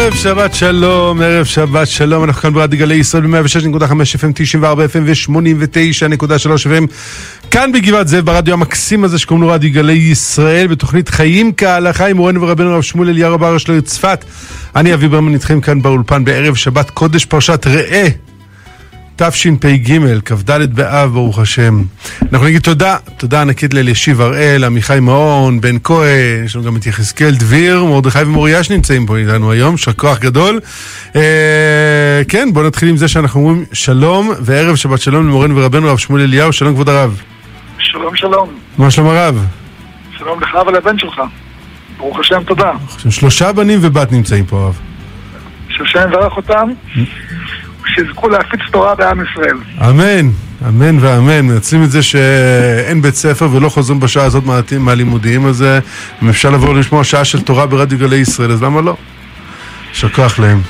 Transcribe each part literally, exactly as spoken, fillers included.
ערב שבת שלום, ערב שבת שלום. אנחנו כאן ברדיו גלי ישראל ב-מאה ושש נקודה חמש אף אם, תשעים וארבע אף אם ו-שמונים ותשע נקודה שלוש אף אם. כאן בגבעת זאב ברדיו המקסים הזה שקוראים לו רדיו גלי ישראל, בתוכנית חיים כהלכה עם מורנו ורבנו הרב שמואל אליהו רב הראשי לעיר צפת. אני אבי ברמן איתכם כאן באולפן בערב שבת קודש פרשת ראה תשפ"ג, כ"ד באב, ברוך השם. אנחנו נגיד תודה, תודה ענקית לאלישיב הראל, עמיחי מעון, בן כהן, יש לנו גם את יחזקאל דביר, מרדכי ומוריה שנמצאים פה איתנו היום, יישר כוח גדול. אה, כן, בואו נתחיל עם זה שאנחנו אומרים שלום וערב שבת שלום למורנו ורבנו הרב שמואל אליהו. שלום כבוד הרב. שלום שלום. מה שלום הרב? שלום לך ולבן שלך. ברוך השם, תודה. שלושה בנים ובת נמצאים פה הרב. שהשם יברך אותם. שיזכו להפיץ תורה בעם ישראל. אמן, אמן ואמן. מנצלים את זה שאין בית ספר ולא חוזרים בשעה הזאת מהלימודים, אז אם אפשר לבוא לשמוע שעה של תורה ברדיו גלי ישראל, אז למה לא? שכוח להם.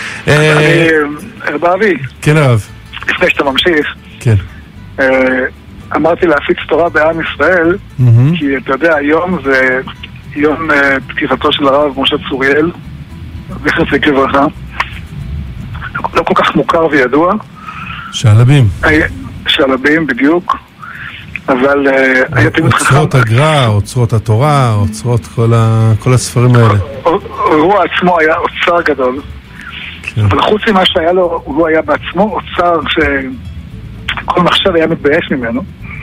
הרב אבי. כן הרב. לפני שאתה ממשיך. כן. אמרתי להפיץ תורה בעם ישראל, כי אתה יודע, היום זה יום פטירתו של הרב משה צוריאל, זכר צדיק לברכה. לא כל כך מוכר וידוע. שעלבים. שעלבים, בדיוק. אבל היה תמיד חכם. אוצרות הגר"א, אוצרות התורה, אוצרות כל הספרים האלה. הוא עצמו היה אוצר גדול. אבל חוץ ממה שהיה לו, הוא היה בעצמו אוצר שכל מחשב היה מתבייש ממנו.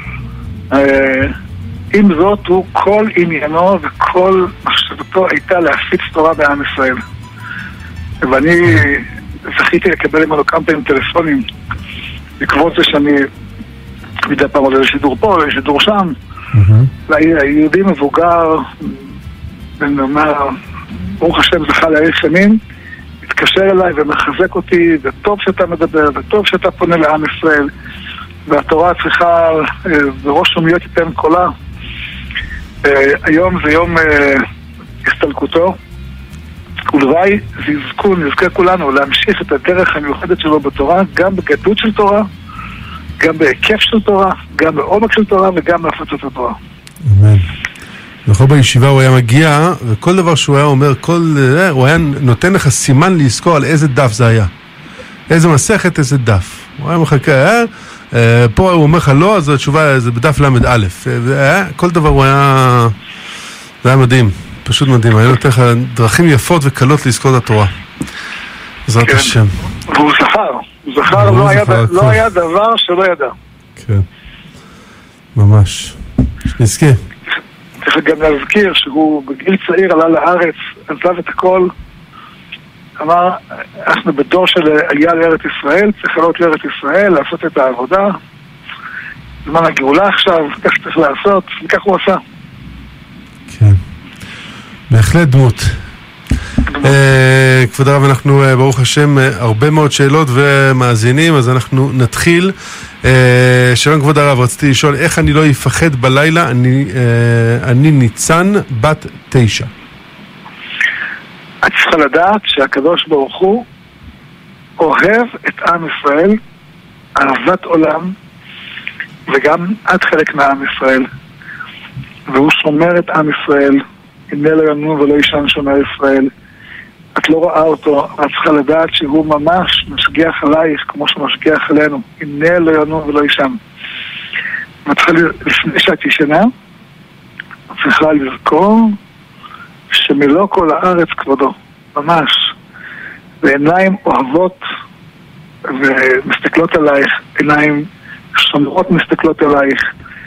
עם זאת, הוא כל עניינו וכל מחשבתו הייתה להפיץ תורה בעם ישראל. ואני זכיתי לקבל ממנו כמה פעמים טלפונים בעקבות זה שאני מדי פעם עולה לשידור פה, לשידור שם. והיהודי מבוגר, ונאמר, ברוך השם זכה להאריך ימים, התקשר אליי ומחזק אותי, וטוב שאתה מדבר, וטוב שאתה פונה לעם ישראל, והתורה צריכה בראש ומיות תיתן קולה. היום זה יום הסתלקותו, ולוואי זיזכו, נזכה כולנו להמשיך את הדרך המיוחדת שלו בתורה, גם בגדות של תורה, גם בהיקף של תורה, גם בעומק של תורה וגם בהפצת התורה. אמן. נכון, בישיבה הוא היה מגיע, וכל דבר שהוא היה אומר, כל, הוא היה נותן לך סימן לזכור על איזה דף זה היה. איזה מסכת, איזה דף. הוא היה מחכה, אה? פה הוא אומר לך לא, אז התשובה זה בדף למד א'. כל דבר הוא היה, זה היה מדהים. פשוט מדהים, היה נותן לך דרכים יפות וקלות לזכור את התורה. בעזרת השם. והוא זכר, הוא זכר, לא היה דבר שלא ידע. כן, ממש. נזכה. צריך גם להזכיר שהוא בגיל צעיר עלה לארץ, עזב את הכל, אמר, אנחנו בדור של עלייה לארץ ישראל, צריך לעלות לארץ ישראל, לעשות את העבודה, זמן הגאולה עכשיו, כך צריך לעשות, וכך הוא עשה. כן. בהחלט דמות. כבוד הרב, אנחנו ברוך השם הרבה מאוד שאלות ומאזינים, אז אנחנו נתחיל. שלום כבוד הרב, רציתי לשאול איך אני לא אפחד בלילה, אני, אני ניצן בת תשע. את צריכה לדעת שהקדוש ברוך הוא אוהב את עם ישראל, אהבת עולם, וגם את חלק מהעם ישראל, והוא שומר את עם ישראל. הנה לא ינום ולא ישן שומר ישראל. את לא רואה אותו, את צריכה לדעת שהוא ממש משגיח עלייך כמו שהוא משגיח עלינו. הנה לא ינום ולא ישן. את צריכה, לפני שאת ישנה, את צריכה לזכור שמלוא כל הארץ כבודו, ממש. ועיניים אוהבות ומסתכלות עלייך, עיניים שומרות מסתכלות עלייך.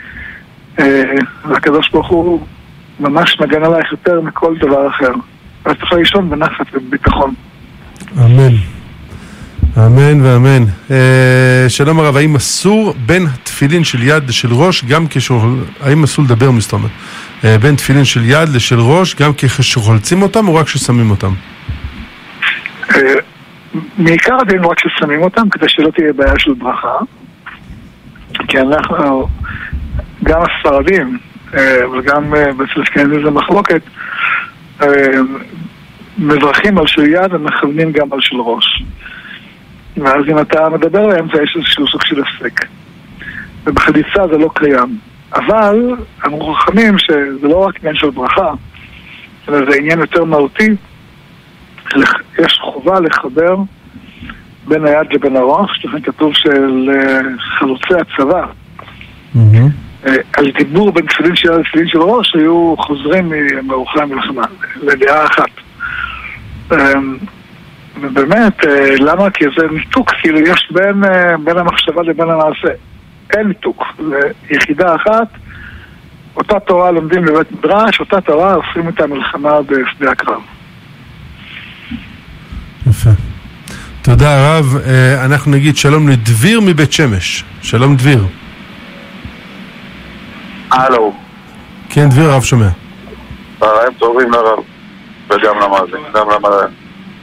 והקדוש ברוך הוא ממש מגן עלייך יותר מכל דבר אחר. אז צריך לישון בנחת ובביטחון. אמן. אמן ואמן. אה, שלום הרב, האם אסור בין תפילין של יד לשל ראש, גם כשהוא... האם אסור לדבר מסתובב? אה, בין תפילין של יד לשל ראש, גם כשחולצים אותם או רק כששמים אותם? אה, מעיקר הדין רק כששמים אותם, כדי שלא תהיה בעיה של ברכה. כי אנחנו, גם הספרדים, וגם בצל אשכנזים זה מחלוקת, מברכים על של יד ומכוונים גם על של ראש. ואז אם אתה מדבר להם זה יש איזשהו סוג של הפסק. ובחליצה זה לא קיים. אבל אמרו חכמים שזה לא רק עניין של ברכה, אלא זה עניין יותר מהותי. יש חובה לחבר בין היד לבין הראש, לכן כתוב של חלוצי הצבא. על דיבור בין תפילין של יד לתפילין של ראש, היו חוזרים מאורחי המלחמה, לדעה אחת. ובאמת, למה? כי זה ניתוק, כאילו יש בין, בין המחשבה לבין המעשה. אין ניתוק. ליחידה אחת, אותה תורה לומדים לבית מדרש, אותה תורה עושים את המלחמה בשדה הקרב. יפה. תודה רב. אנחנו נגיד שלום לדביר מבית שמש. שלום דביר. הלו. כן, דביר, רב שומע. הם טובים לרב, וגם למאזין, גם למאזין.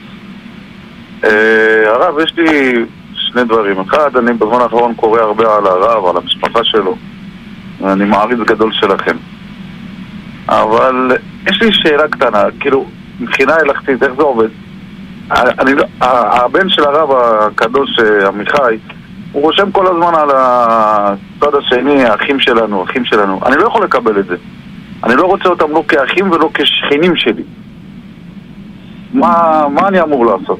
הרב, יש לי שני דברים. אחד, אני בזמן האחרון קורא הרבה על הרב, על המשפחה שלו. אני מעריץ גדול שלכם. אבל יש לי שאלה קטנה, כאילו, מבחינה הלכתית, איך זה עובד? אני, הבן של הרב הקדוש, עמיחי, הוא רושם כל הזמן על הצד השני, האחים שלנו, האחים שלנו. אני לא יכול לקבל את זה. אני לא רוצה אותם לא כאחים ולא כשכנים שלי. מה, מה אני אמור לעשות?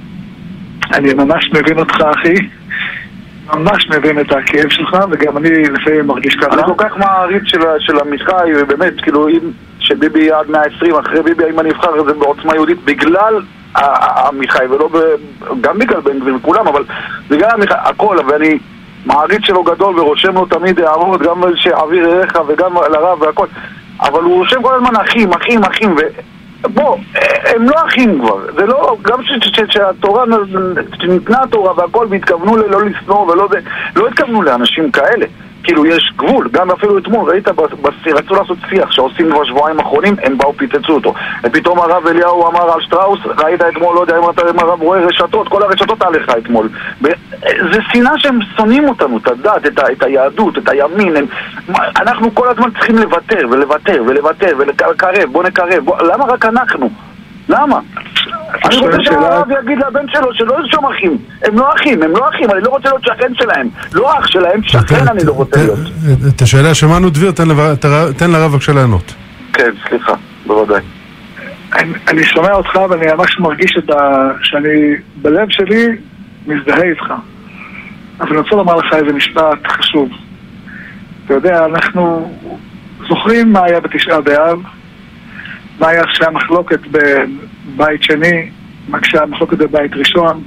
אני ממש מבין אותך, אחי. ממש מבין את הכאב שלך, וגם אני לפעמים מרגיש ככה. אני כל כך מעריץ של, של עמיחי, ובאמת, כאילו, אם שביבי עד מאה ועשרים, אחרי ביבי, אם אני אבחר את זה בעוצמה יהודית, בגלל עמיחי, ולא ב... גם בגלל בן גביר וכולם, אבל בגלל עמיחי, הכל, ואני מעריץ שלו גדול ורושם לו תמיד הערות, גם שעביר אליך וגם לרב והכל, אבל הוא רושם כל הזמן אחים, אחים, אחים, ובוא, הם לא אחים כבר, זה לא, גם שהתורה, שניתנה התורה והכל, והתכוונו ללא לסנור ולא זה, לא התכוונו לאנשים כאלה. כאילו יש גבול, גם אפילו אתמול, ראית, רצו לעשות שיח שעושים כבר שבועיים אחרונים, הם באו פיצצו אותו. ופתאום הרב אליהו אמר על שטראוס, ראית אתמול, לא יודע אם אתה הרב רואה רשתות, כל הרשתות עליך אתמול. זה שנאה שהם שונאים אותנו, את הדת, את, את היהדות, את הימין. הם, אנחנו כל הזמן צריכים לוותר ולוותר ולוותר ולקרב, בוא נקרב, בוא, למה רק אנחנו? למה? אני רוצה שהרב יגיד לבן שלו שלא ירשום אחים. הם לא אחים, הם לא אחים, אני לא רוצה להיות שכן שלהם. לא אח שלהם, שכן אני לא רוצה להיות. את השאלה שמענו דביר, תן לרב בבקשה לענות. כן, סליחה, בוודאי. אני שומע אותך ואני ממש מרגיש שאני בלב שלי מזדהה איתך. אבל אני רוצה לומר לך איזה משפט חשוב. אתה יודע, אנחנו זוכרים מה היה בתשעה באב, מה היה כשהיה מחלוקת בבית שני, מה כשהיה מחלוקת בבית ראשון.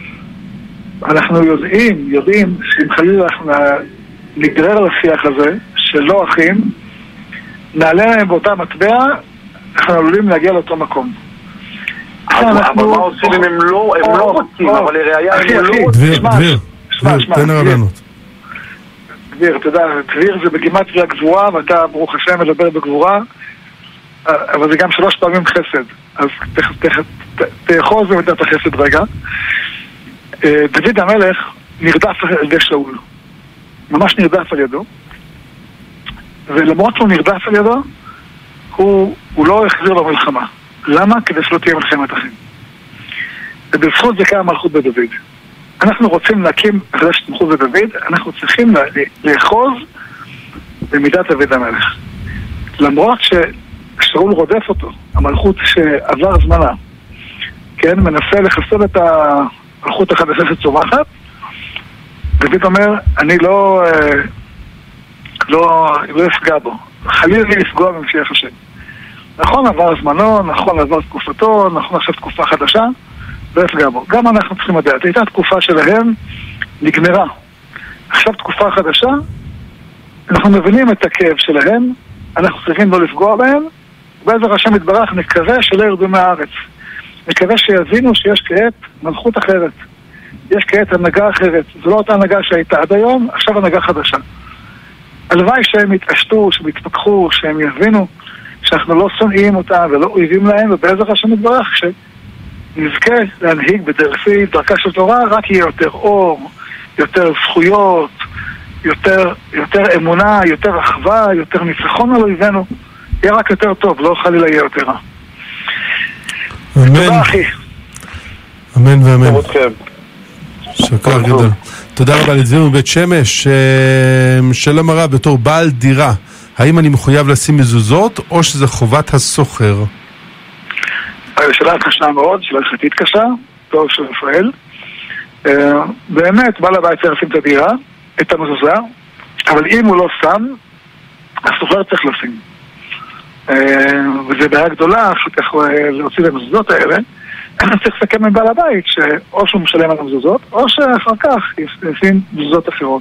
אנחנו יודעים, יודעים שאם חלילה אנחנו נגרר לשיח הזה, שלא אחים, נעלה להם באותה מטבע, אנחנו עלולים להגיע לאותו מקום. אבל מה עושים אם הם לא רוצים, אבל לראיה הם לא רוצים? דביר, דביר, תן הרב לענות. דביר, אתה יודע, דביר זה בגימטריה גבורה, ואתה ברוך השם מדבר בגבורה, אבל זה גם שלוש פעמים חסד, אז תאחוז במידת החסד רגע. דוד המלך נרדף על ידי שאול, ממש נרדף על ידו, ולמרות שהוא נרדף על ידו, הוא, הוא לא החזיר לו מלחמה. למה? כדי שלא תהיה מלחמת אחים. ובזכות זה קמה מלכות בדוד. אנחנו רוצים להקים מחדש מלכות בדוד, אנחנו צריכים לאחוז במידת דוד המלך. למרות ש... שאול רודף אותו, המלכות שעבר זמנה, כן, מנסה לחסל את המלכות החדשה שצומחת, דוד אומר, אני לא, לא, לא אפגע בו, חלילה לי לפגוע במשיח השם. נכון, עבר זמנו, נכון, עבר תקופתו, נכון, עכשיו תקופה חדשה, לא אפגע בו. גם אנחנו צריכים לדעת, הייתה תקופה שלהם, נגמרה. עכשיו תקופה חדשה, אנחנו מבינים את הכאב שלהם, אנחנו צריכים לא לפגוע בהם, ובעזר השם יתברך נקווה שלא ירדו מהארץ. נקווה שיבינו שיש כעת מלכות אחרת. יש כעת הנהגה אחרת. זו לא אותה הנהגה שהייתה עד היום, עכשיו הנהגה חדשה. הלוואי שהם יתעשתו, שהם יתפתחו, שהם יבינו שאנחנו לא שונאים אותם ולא אויבים להם, ובעזר השם יתברך שנזכה להנהיג בדרכי דרכה של תורה, רק יהיה יותר אור, יותר זכויות, יותר, יותר אמונה, יותר אחווה, יותר ניצחון על אויבינו. יהיה רק יותר טוב, לא חלילה יהיה יותר רע. אמן. תודה אחי. אמן ואמן. שקר גדול. תודה רבה לדביר מבית שמש. שלום הרב, בתור בעל דירה, האם אני מחויב לשים מזוזות או שזה חובת הסוחר? שאלה קשה מאוד, שאלה הלכתית קשה. טוב של רפאל. באמת, בעל הבית צריך לשים את הדירה, את המזוזה, אבל אם הוא לא שם, הסוחר צריך לשים. וזה בעיה גדולה, שכך להוציא את המזוזות האלה, צריך לסכם עם בעל הבית, שאו שהוא משלם על המזוזות, או שאחר כך ישים מזוזות אחרות.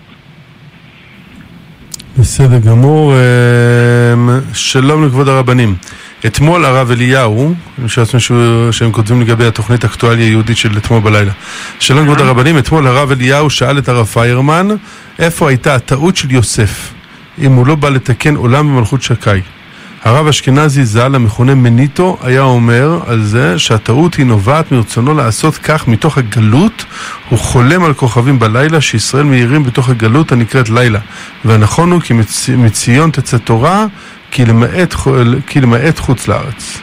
בסדר גמור. שלום לכבוד הרבנים. אתמול הרב אליהו, אני חושב שהם כותבים לגבי התוכנית אקטואליה יהודית של אתמול בלילה. שלום לכבוד הרבנים, אתמול הרב אליהו שאל את הרב פיירמן איפה הייתה הטעות של יוסף, אם הוא לא בא לתקן עולם במלכות שקי. הרב אשכנזי ז"ל, המכונה מניטו, היה אומר על זה שהטעות היא נובעת מרצונו לעשות כך מתוך הגלות. הוא חולם על כוכבים בלילה שישראל מאירים בתוך הגלות הנקראת לילה, והנכון הוא כי מצ... מציון תצא תורה כי למעט, כי למעט חוץ לארץ.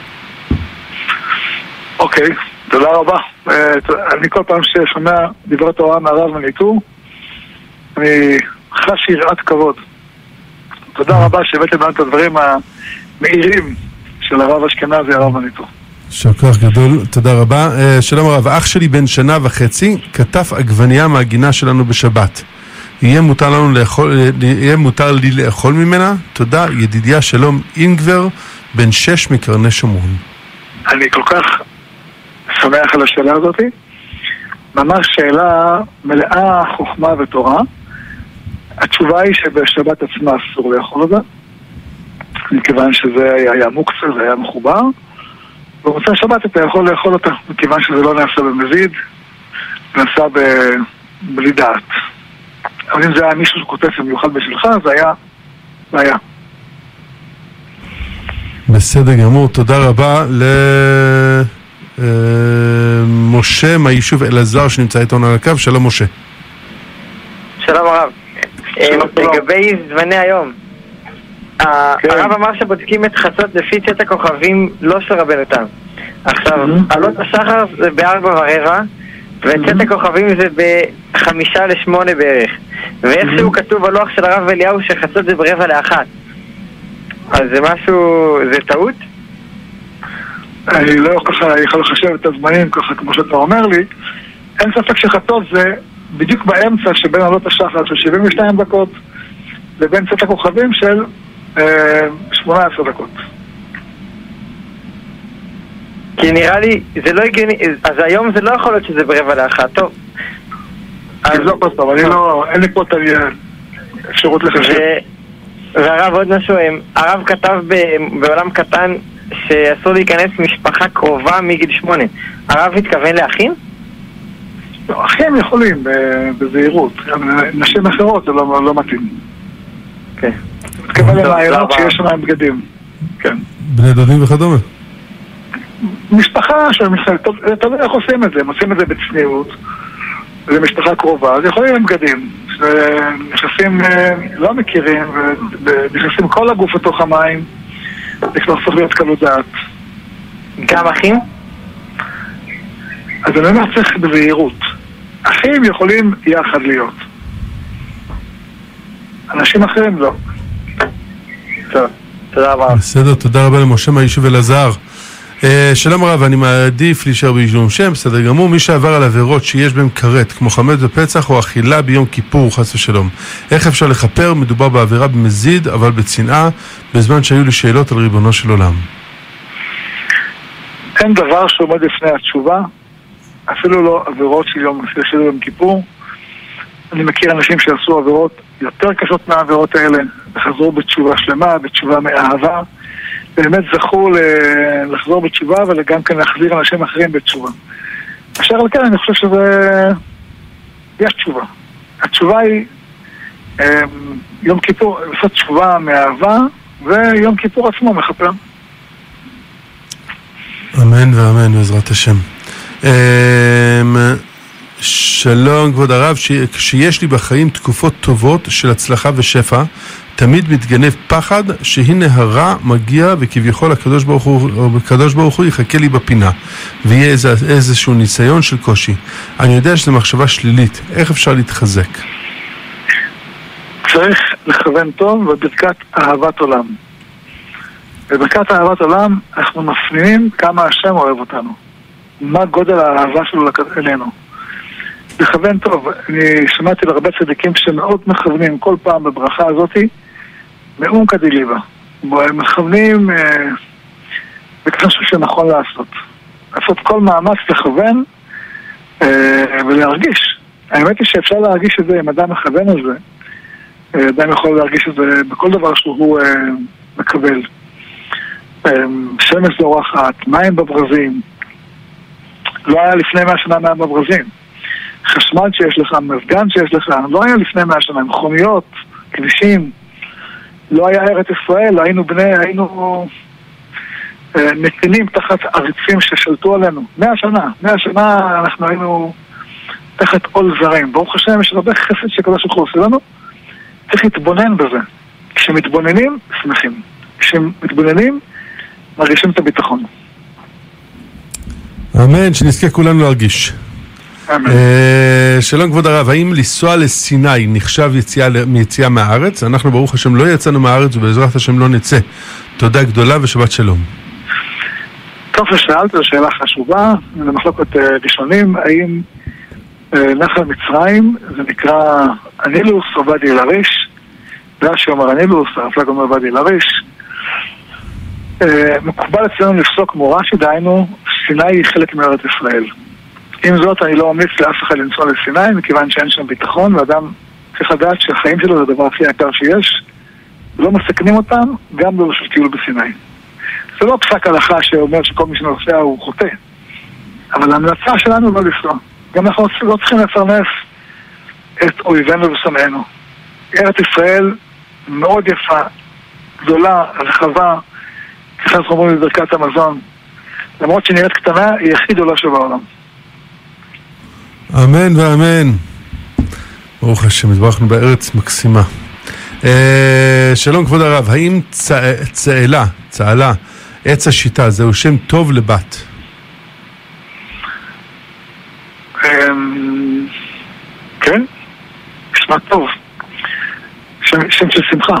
אוקיי, okay, תודה רבה. אני כל פעם ששומע דברי תורה מהרב מניטו, אני חש יראת כבוד. תודה רבה שהבאתם לנו את הדברים המאירים של הרב אשכנזי, הרב מניטו. שכוח גדול, תודה רבה. שלום הרב, אח שלי בן שנה וחצי כתף עגבנייה מהגינה שלנו בשבת. יהיה מותר לנו לאכול, יהיה מותר לי לאכול ממנה? תודה, ידידיה שלום אינגבר, בן שש מקרני שומרון. אני כל כך שמח על השאלה הזאת. ממש שאלה מלאה חוכמה ותורה. התשובה היא שבשבת עצמה אסור לאכול את זה, מכיוון שזה היה מוקצה, זה היה מחובר. במוצאי שבת אתה יכול לאכול אותה, מכיוון שזה לא נעשה במזיד, נעשה ב... בלי דעת. אבל אם זה היה מישהו שכותב במיוחד בשבילך, זה היה... זה היה. בסדר גמור, תודה רבה למשה מהיישוב אלעזר שנמצא איתנו על הקו. שלום משה. שלום הרב. לגבי זמני היום, הרב אמר שבודקים את חצות לפי צאת הכוכבים לא של רבנו תם. עכשיו, עלות השחר זה בארבע ורבע, וצאת הכוכבים זה בחמישה לשמונה בערך. ואיכשהו כתוב בלוח של הרב אליהו שחצות זה ברבע לאחת. אז זה משהו, זה טעות? אני לא ככה יכול לחשב את הזמנים ככה כמו שאתה אומר לי. אין ספק שחצות זה בדיוק באמצע שבין עלות השחר של שבעים ושתיים דקות לבין צאת הכוכבים של אה, שמונה עשרה דקות. כי נראה לי, זה לא הגיוני, אז היום זה לא יכול להיות שזה ברבע לאחת, טוב. אז לא פסט, אבל אני לא, אין לי פה את האפשרות לחשב. והרב עוד משהו, הרב כתב בעולם קטן שאסור להיכנס משפחה קרובה מגיל שמונה. הרב התכוון לאחים? לא, אחים יכולים בזהירות, נשים אחרות זה לא מתאים. כן. מתכוון למעיינות שיש להם בגדים. כן. בני דודים וכדומה? משפחה שמסתכל, אתה יודע איך עושים את זה, הם עושים את זה בצניעות, זה משפחה קרובה, אז יכולים עם בגדים, שנכנסים, לא מכירים, ונכנסים כל הגוף לתוך המים, זה כבר צריך להיות קלות דעת. גם אחים? אז אני אומר צריך בזהירות. אחים יכולים יחד להיות. אנשים אחרים לא. טוב, תודה רבה. בסדר, תודה רבה למשה מהיישוב אלעזר. שלום הרב, אני מעדיף להישאר בעילום שם, בסדר גמור. מי שעבר על עבירות שיש בהם כרת, כמו חמץ ופצח או אכילה ביום כיפור, חס ושלום, איך אפשר לכפר? מדובר בעבירה במזיד, אבל בצנעה, בזמן שהיו לי שאלות על ריבונו של עולם. אין דבר שעומד לפני התשובה, אפילו לא עבירות של יום של יום כיפור. אני מכיר אנשים שעשו עבירות יותר קשות מהעבירות האלה, וחזרו בתשובה שלמה, בתשובה מאהבה, באמת זכו לחזור בתשובה וגם כן להחזיר אנשים אחרים בתשובה. אשר על כן אני חושב שזה... יש תשובה. התשובה היא יום כיפור, לעשות תשובה מאהבה, ויום כיפור עצמו מחפר. אמן ואמן בעזרת השם. שלום כבוד הרב, כשיש לי בחיים תקופות טובות של הצלחה ושפע, תמיד מתגנב פחד שהנה הרע מגיע וכביכול הקדוש ברוך הוא, הקדוש ברוך הוא יחכה לי בפינה ויהיה איזה, איזשהו ניסיון של קושי. אני יודע שזו מחשבה שלילית, איך אפשר להתחזק? צריך לכוון טוב בברכת אהבת עולם. בברכת אהבת עולם אנחנו מפנימים כמה השם אוהב אותנו. מה גודל האהבה שלו אלינו. לכוון טוב, אני שמעתי להרבה צדיקים שמאוד מכוונים כל פעם בברכה הזאת, מעומקא דליבא. הם מכוונים, זה משהו שנכון לעשות. לעשות כל מאמץ לכוון ולהרגיש. האמת היא שאפשר להרגיש את זה אם אדם מכוון על זה. אדם יכול להרגיש את זה בכל דבר שהוא מקבל. שמש זורחת, מים בברזים. לא היה לפני מאה שנה מים בברזים. חשמל שיש לך, מזגן שיש לך, לא היה לפני מאה שנה. מכוניות, כבישים. לא היה ארץ ישראל, היינו בני, היינו נתינים תחת עריצים ששלטו עלינו. מאה שנה, מאה שנה אנחנו היינו תחת עול זרים. ברוך השם, יש הרבה חסד שקדוש ברוך הוא עושה לנו. צריך להתבונן בזה. כשמתבוננים, שמחים. כשמתבוננים, מרגישים את הביטחון. אמן, שנזכה כולנו להרגיש. אמן. שלום כבוד הרב, האם לנסוע לסיני נחשב מיציאה מהארץ? אנחנו ברוך השם לא יצאנו מהארץ ובעזרת השם לא נצא. תודה גדולה ושבת שלום. טוב ששאלת, זו שאלה חשובה, למחלוקת ראשונים, האם נחל מצרים זה נקרא הנילוס או ואדי אל-עריש? רש"י אומר הנילוס, הרפלג אומר ואדי אל-עריש. מקובל אצלנו לפסוק מורשי, דהיינו סיני היא חלק מארץ ישראל. עם זאת אני לא ממליץ לאף אחד לנסוע לסיני, מכיוון שאין שם ביטחון, ואדם צריך לדעת שהחיים שלו זה הדבר הכי יקר שיש, לא מסכנים אותם, גם לא לעשות טיול בסיני. זה לא פסק הלכה שאומר שכל מי שנוסע הוא חוטא, אבל ההמלצה שלנו לא לנסוע. גם אנחנו לא צריכים לפרנס את אויבינו ושונאינו. ארץ ישראל מאוד יפה, גדולה, רחבה, ככה אנחנו אומרים בברכת המזון, למרות שנראית קטנה, היא הכי גדולה שבעולם. אמן ואמן. ברוך השם, התברכנו בארץ מקסימה. אה, שלום כבוד הרב, האם צע, צעלה, צעלה, עץ השיטה, זהו שם טוב לבת? כן, נשמע טוב. שם, שם של שמחה.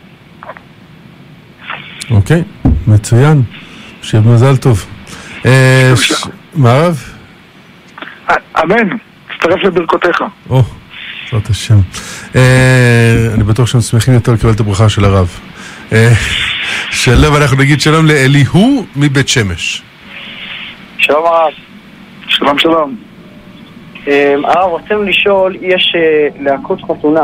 אוקיי, מצוין. שיהיה מזל טוב. מה הרב? אמן, תצטרף לברכותיך. או, זאת השם. אני בטוח שהם שמחים יותר לקבל את הברכה של הרב. שלום, אנחנו נגיד שלום לאליהו מבית שמש. שלום הרב. שלום שלום. הרב, רוצים לשאול, יש להקות חתונה,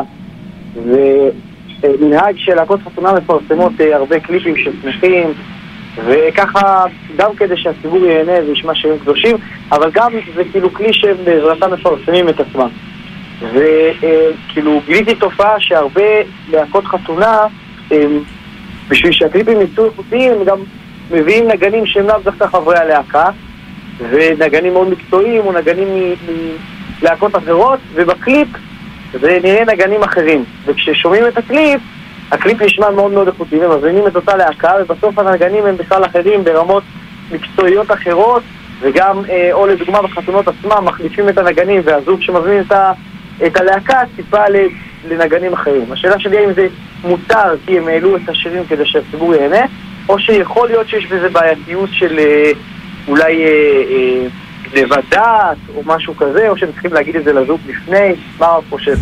ומנהג של להקות חתונה מפרסמות הרבה קליפים ששמחים, וככה גם כדי שהציבור ייהנה וישמע שירים קדושים, אבל גם זה כאילו כלי שהם בעזרתם מפרסמים את עצמם. וכאילו גיליתי תופעה שהרבה להקות חתונה, בשביל שהקליפים יצאו איכותיים, הם גם מביאים נגנים שהם לאו דווקא חברי הלהקה, ונגנים מאוד מקצועיים או נגנים מלהקות אחרות, ובקליפ זה נראה נגנים אחרים. וכששומעים את הקליפ, הקליפ נשמע מאוד מאוד איכותי, הם מזמינים את אותה להקה, ובסוף הנגנים הם בכלל אחרים ברמות מקצועיות אחרות, וגם, אה, או לדוגמה בחתונות עצמם, מחליפים את הנגנים, והזוג שמזמין את, ה, את הלהקה ציפה לנגנים אחרים. השאלה שלי אם זה מותר כי הם העלו את השירים כדי שהציבור ייהנה, או שיכול להיות שיש בזה בעייתיות של אה, אולי גנבת אה, אה, או משהו כזה, או שהם צריכים להגיד את זה לזוג לפני, מה הוא חושב?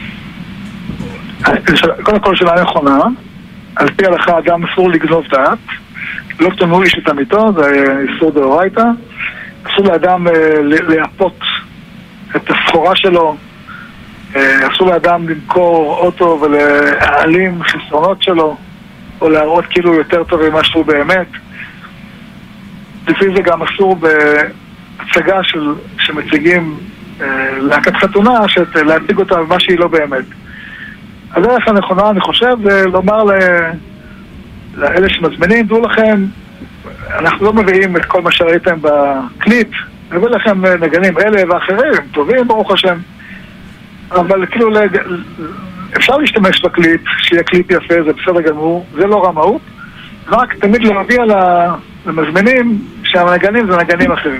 קודם כל שאלה נכונה, על פי הלכה אדם אסור לגנוב דעת, לא תנו איש את אמיתו, זה איסור דאורייתא, אסור לאדם להפות את הסחורה שלו, אסור לאדם למכור אוטו ולהעלים חסרונות שלו, או להראות כאילו יותר טוב ממה שהוא באמת. לפי זה גם אסור בהצגה של, שמציגים להקת חתונה, להציג אותה במה שהיא לא באמת. הדרך הנכונה, אני חושב, זה לומר לאלה שמזמינים, דעו לכם, אנחנו לא מביאים את כל מה שראיתם בקליפ, נביא לכם נגנים אלה ואחרים, טובים ברוך השם, אבל כאילו אפשר להשתמש בקליפ, שיהיה קליפ יפה, זה בסדר גמור, זה לא רמאות, רק תמיד להודיע למזמינים שהנגנים זה נגנים אחרים.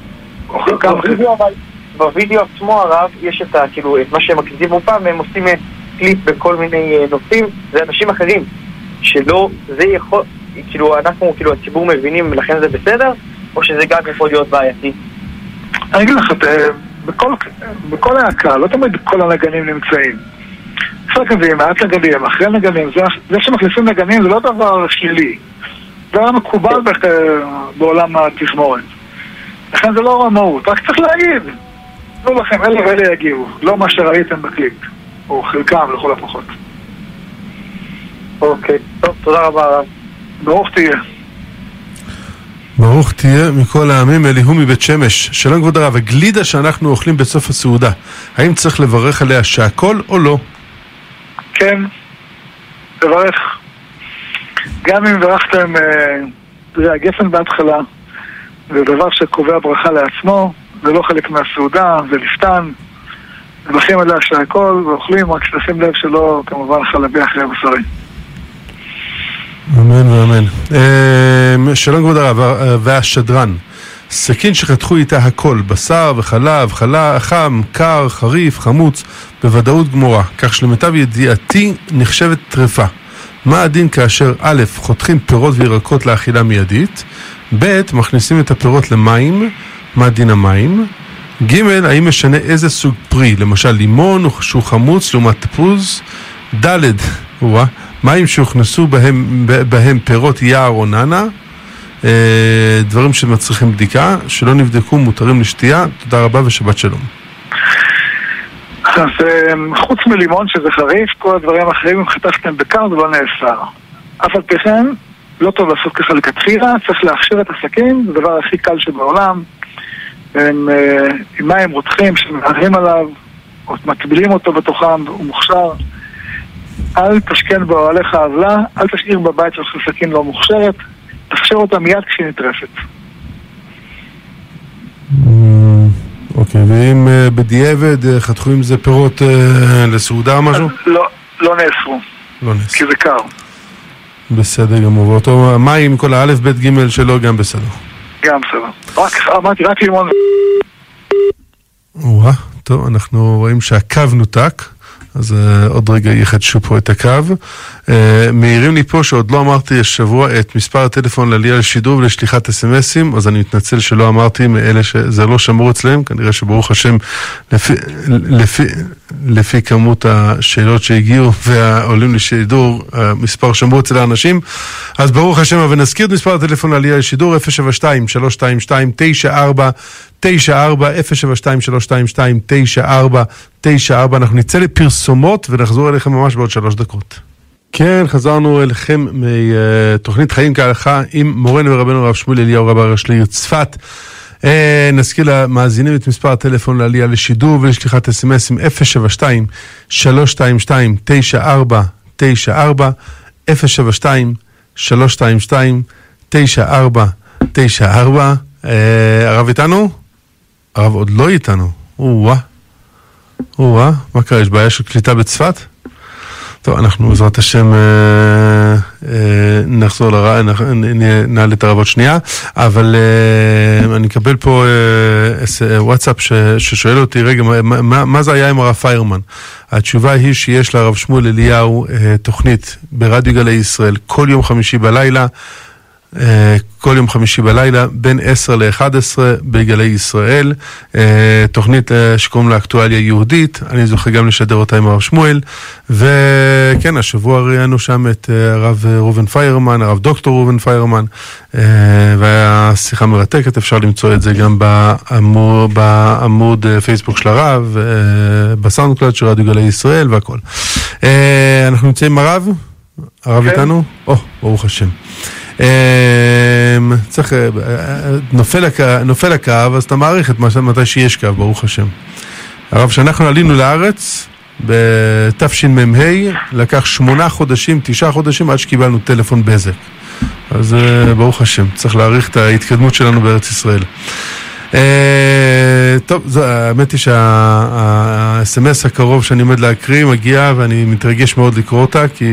בווידאו עצמו הרב, יש את מה שהם מקליטים פעם, והם עושים קליפ בכל מיני נושאים, זה אנשים אחרים, שלא, זה יכול, כאילו אנחנו, כאילו הציבור מבינים, ולכן זה בסדר, או שזה גם יכול להיות בעייתי? אני אגיד לך, בכל, בכל ההקה, לא תמיד כל הנגנים נמצאים. אפשר כזה, מעט נגנים, אחרי נגנים, זה, זה שמחליפים נגנים זה לא דבר שלילי. זה היה מקובל בעולם התזמורת. לכן זה לא רמאות, רק צריך להגיד. לא לכם, אלה ואלה יגיעו, לא מה שראיתם בקליפ, או חלקם לכל הפחות. אוקיי, טוב, תודה רבה הרב. ברוך תהיה. ברוך תהיה מכל העמים. אליהו מבית שמש. שלום כבוד הרב, הגלידה שאנחנו אוכלים בסוף הסעודה, האם צריך לברך עליה שהכל או לא? כן, לברך. גם אם ברכתם זה הגפן בהתחלה, זה דבר שקובע ברכה לעצמו, זה לא חלק מהסעודה, זה לפתן, מברכים עליה שהכל ואוכלים, רק שתשים לב שלא כמובן חלבי אחרי הבשרי. אמן ואמן. שלום כבוד הרב, והשדרן, סכין שחתכו איתה הכל, בשר וחלב, חלה, חם, קר, חריף, חמוץ, בוודאות גמורה, כך שלמיטב ידיעתי נחשבת טרפה. מה הדין כאשר א', חותכים פירות וירקות לאכילה מיידית, ב', מכניסים את הפירות למים, מה דין המים, ג', האם משנה איזה סוג פרי, למשל לימון שהוא חמוץ לעומת תפוז, ד', וואה, מים שהוכנסו בהם, בהם פירות יער או ננה, דברים שמצריכים בדיקה, שלא נבדקו מותרים לשתייה. תודה רבה ושבת שלום. אז חוץ מלימון שזה חריף, כל הדברים האחרים אם חתכתם בקר זה לא נאסר. אף על פי כן, לא טוב לעשות ככה לכתחילה, צריך להכשיר את הסכין, זה הדבר הכי קל שבעולם. עם, עם מים רותחים שמנהרים עליו, או מטבילים אותו בתוכם, הוא מוכשר. אל תשכן באוהליך עוולה, אל תשאיר בבית שלך סכין לא מוכשרת, תכשיר אותה מיד כשהיא נטרפת. אוקיי, ואם בדיעבד חתכו עם זה פירות לסעודה או משהו? לא, לא נאסרו. לא נאסרו. כי זה קר. בסדר גמור, ואותו מים, כל האלף בית ג' שלו גם בסדר. גם בסדר. רק, אמרתי, רק לימון. וואה, טוב, אנחנו רואים שהקו נותק. אז uh, עוד רגע יחדשו פה את הקו. Uh, מהירים לי פה שעוד לא אמרתי השבוע את מספר הטלפון לעלייה לשידור ולשליחת אס-אמסים, אז אני מתנצל שלא אמרתי מאלה שזה לא שמור אצלם, כנראה שברוך השם לפי, לפי, לפי כמות השאלות שהגיעו והעולים לשידור, מספר שמור אצל האנשים, אז ברוך השם. אבל נזכיר את מספר הטלפון לעלייה לשידור אפס שבע שתיים שלוש שתיים שתיים תשע ארבע תשע ארבע, אפס שבע שתיים שלוש שתיים שתיים תשע ארבע תשע ארבע. אנחנו נצא לפרסומות ונחזור אליכם ממש בעוד שלוש דקות. כן, חזרנו אליכם מתוכנית חיים כהלכה עם מורנו ורבנו הרב שמואל אליהו רב הראשי לעיר צפת. נזכיר למאזינים את מספר הטלפון לעלייה לשידור ולשליחת אס-אמסים אפס שבע שתיים שלוש שתיים שתיים תשע ארבע תשע ארבע, אפס שבע שתיים שלוש שתיים שתיים תשע ארבע תשע ארבע. הרב איתנו? הרב עוד לא איתנו. או-אה. או-אה. מה קרה? יש בעיה של קליטה בצפת? טוב, אנחנו בעזרת השם אה, אה, נחזור לרע, נעלה את הרב עוד שנייה, אבל אה, אני אקבל פה אה, אה, וואטסאפ ש, ששואל אותי, רגע, מה, מה, מה זה היה עם הרב פיירמן? התשובה היא שיש לרב שמואל אליהו אה, תוכנית ברדיו גלי ישראל כל יום חמישי בלילה, כל יום חמישי בלילה בין עשר ל-אחת עשרה בגלי ישראל, תוכנית שקוראים לה אקטואליה יהודית. אני זוכה גם לשדר אותה עם הרב שמואל, וכן, השבוע ראיינו שם את הרב ראובן פיירמן, הרב דוקטור ראובן פיירמן, והיה שיחה מרתקת. אפשר למצוא את זה גם בעמוד, בעמוד פייסבוק של הרב, בסאונד קלאוד של רדיו גלי ישראל והכל. אנחנו נמצאים עם הרב, הרב איתנו? או, ברוך השם. צריך, נופל הקו, אז אתה מעריך את מתי שיש קו, ברוך השם. הרב, שאנחנו עלינו לארץ בתשמ"ה, לקח שמונה חודשים, תשעה חודשים עד שקיבלנו טלפון בזק. אז ברוך השם, צריך להעריך את ההתקדמות שלנו בארץ ישראל. טוב, האמת היא שה-אס-אמס הקרוב שאני עומד להקריא מגיע, ואני מתרגש מאוד לקרוא אותה, כי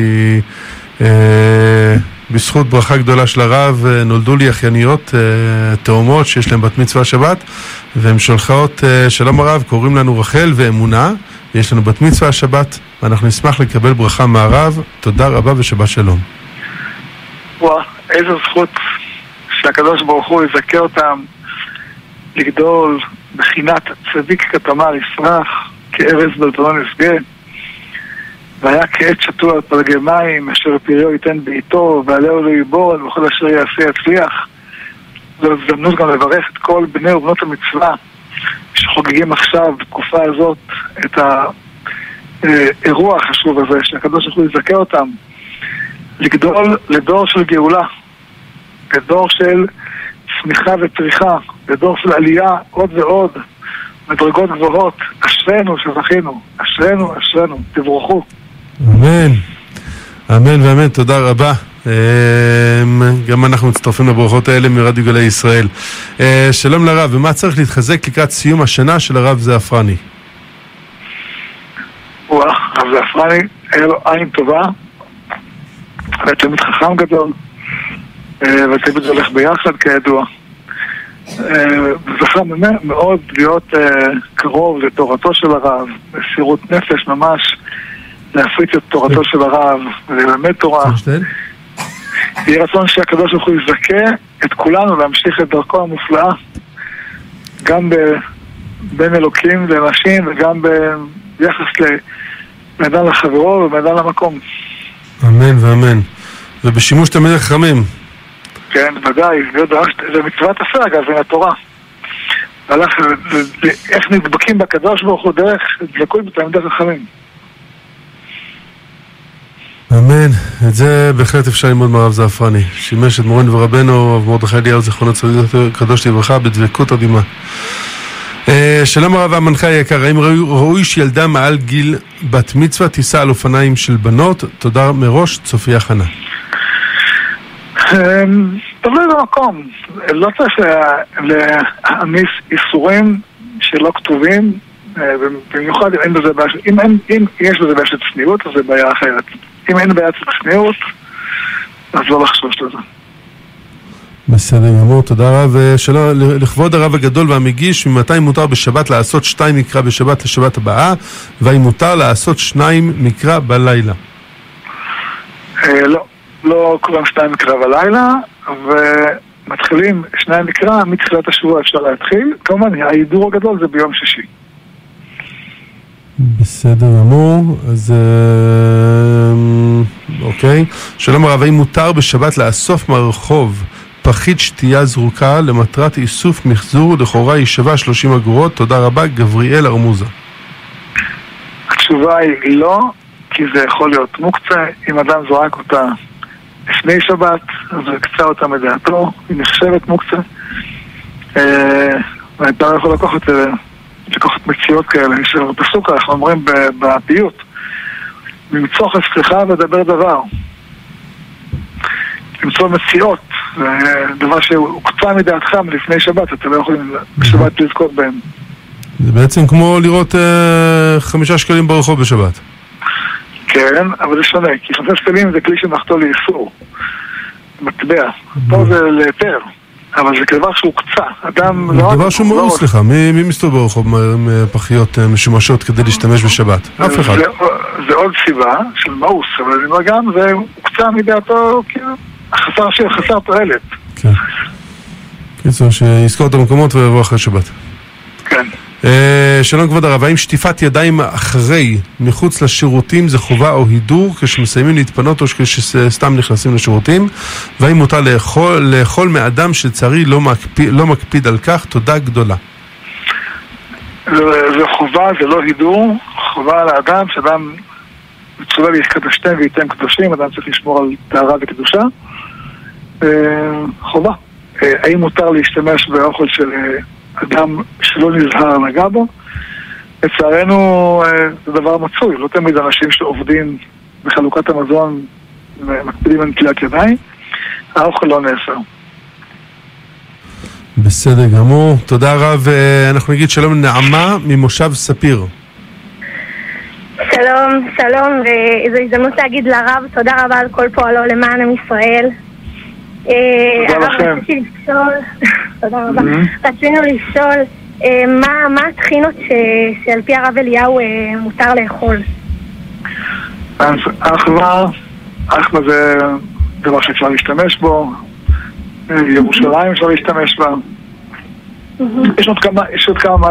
בזכות ברכה גדולה של הרב נולדו לי אחייניות תאומות שיש להם בת מצווה שבת, והן שולחות, שלום הרב, קוראים לנו רחל ואמונה, ויש לנו בת מצווה השבת, ואנחנו נשמח לקבל ברכה מהרב. תודה רבה ושבת שלום. וואה, איזו זכות שהקדוש ברוך הוא יזכה אותם לגדול בחינת צדיק כתמה לפרח, כארז בלטונו נפגה, והיה כעת שתוע על פלגי מים, אשר פריו ייתן בעיתו, ועלהו לא ייבול, וכל אשר יעשה יצליח. זו הזדמנות גם לברך את כל בני ובנות המצווה, שחוגגים עכשיו, בתקופה הזאת, את האירוע החשוב הזה, שהקדוש ברוך הוא יזכה אותם, לגדול לדור של גאולה, לדור של צמיחה ופריחה, לדור של עלייה עוד ועוד, מדרגות גבוהות. אשרנו שזכינו, אשרנו, אשרנו, תבורכו. אמן, אמן ואמן, תודה רבה. גם אנחנו מצטרפים לברכות האלה מרדיו גלי ישראל. שלום לרב, ומה צריך להתחזק לקראת סיום השנה של הרב זעפרני? וואו, הרב זעפרני היה לו עין טובה, היה תלמיד חכם גדול, ותמיד הולך ביחד כידוע. זכה מאוד להיות קרוב לתורתו של הרב, מסירות נפש ממש, להפיץ את תורתו של הרב וללמד תורה. יהיה רצון שהקדוש ברוך הוא יזכה את כולנו להמשיך את דרכו המופלאה, גם בין אלוקים לאנשים וגם ביחס לאדם לחברו ובאדם למקום. אמן ואמן. ובשימוש תלמידי חכמים. כן, ודאי, זה מצוות עשה אגב, בין התורה. איך נדבקים בקדוש ברוך הוא דרך דבקות בתלמידי חכמים. אמן, את זה בהחלט אפשר ללמוד מהרב זעפרני. שימש את מורנו ורבנו, הרב מרדכי אליהו זיכרונו קדוש לברכה, בדבקות מדהימה. שלום הרב המנחה היקר, האם ראוי שילדה מעל גיל בת מצווה תיסע על אופניים של בנות? תודה מראש, צופיה חנה. תלוי במקום, לא צריך להעמיס איסורים שלא כתובים, במיוחד אם יש בזה בעיה של צניעות, אז זה בעיה אחרת. אם אין בעיה של צניעות, אז לא לחשוש לזה. בסדר גמור, תודה רב. שלום, לכבוד הרב הגדול והמגיש, ממתי מותר בשבת לעשות שתיים מקרא בשבת לשבת הבאה, והאם מותר לעשות שניים מקרא בלילה? לא, לא כולם שניים מקרא בלילה, ומתחילים שניים מקרא, מתחילת השבוע אפשר להתחיל. כמובן, ההידור הגדול זה ביום שישי. בסדר גמור, אז אוקיי. שלום הרב, האם מותר בשבת לאסוף מהרחוב פחית שתייה זרוקה למטרת איסוף מחזור, לכאורה היא שווה שלושים אגורות? תודה רבה, גבריאל ארמוזה. התשובה היא לא, כי זה יכול להיות מוקצה. אם אדם זורק אותה לפני שבת, אז הוא יקצה אותה מדעתו, היא נחשבת מוקצה, ואתה לא יכול לקחת לקחת מציאות כאלה. בפסוק אנחנו אומרים בפיוט, ממצוא חסכך ודבר דבר. למצוא מציאות, זה דבר שהוא קצה מדעתך מלפני שבת, אתה לא יכול בשבת לזכות בהם. זה בעצם כמו לראות אה, חמישה שקלים ברחוב בשבת. כן, אבל זה שונה, כי חמישה שקלים זה כלי שמחתו לאיסור, מטבע. פה זה ליתר, אבל זה דבר שהוא קצה. אדם זה דבר שהוא מאוס, סליחה, מי מסתובב ברחוב עם פחיות משומשות כדי להשתמש בשבת? אף אחד. זה עוד סיבה של מאוס, אבל זה אומר גם, זה קצה מדעתו, כאילו, חסר שיר, חסר תועלת. כן. קיצור, שיזכור את המקומות ויבוא אחרי שבת. כן. שלום כבוד הרב, האם שטיפת ידיים אחרי מחוץ לשירותים זה חובה או הידור כשמסיימים להתפנות או כשסתם נכנסים לשירותים? והאם מותר לאכול, לאכול מאדם שלצערי לא מקפיד, לא מקפיד על כך? תודה גדולה. זה, זה חובה, זה לא הידור. חובה על האדם, שאדם מצווה להתקדשתם וייתם קדושים, אדם צריך לשמור על טהרה וקדושה. חובה. האם מותר להשתמש באוכל של אדם שלא נזהר נגע בו? לצערנו זה דבר מצוי, לא תמיד אנשים שעובדים בחלוקת המזון מקפידים על נטילת ידיים, האוכל לא נאסר. בסדר גמור, תודה רב. אנחנו נגיד שלום נעמה ממושב ספיר. שלום, שלום, וזו הזדמנות להגיד לרב תודה רבה על כל פועלו למען עם ישראל. תודה לכם. תודה רבה. רצינו לשאול מה התחינות שעל פי הרב אליהו מותר לאכול? אחווה, אחווה זה דבר שאפשר להשתמש בו, ירושלים אפשר להשתמש בה, יש עוד כמה, יש עוד כמה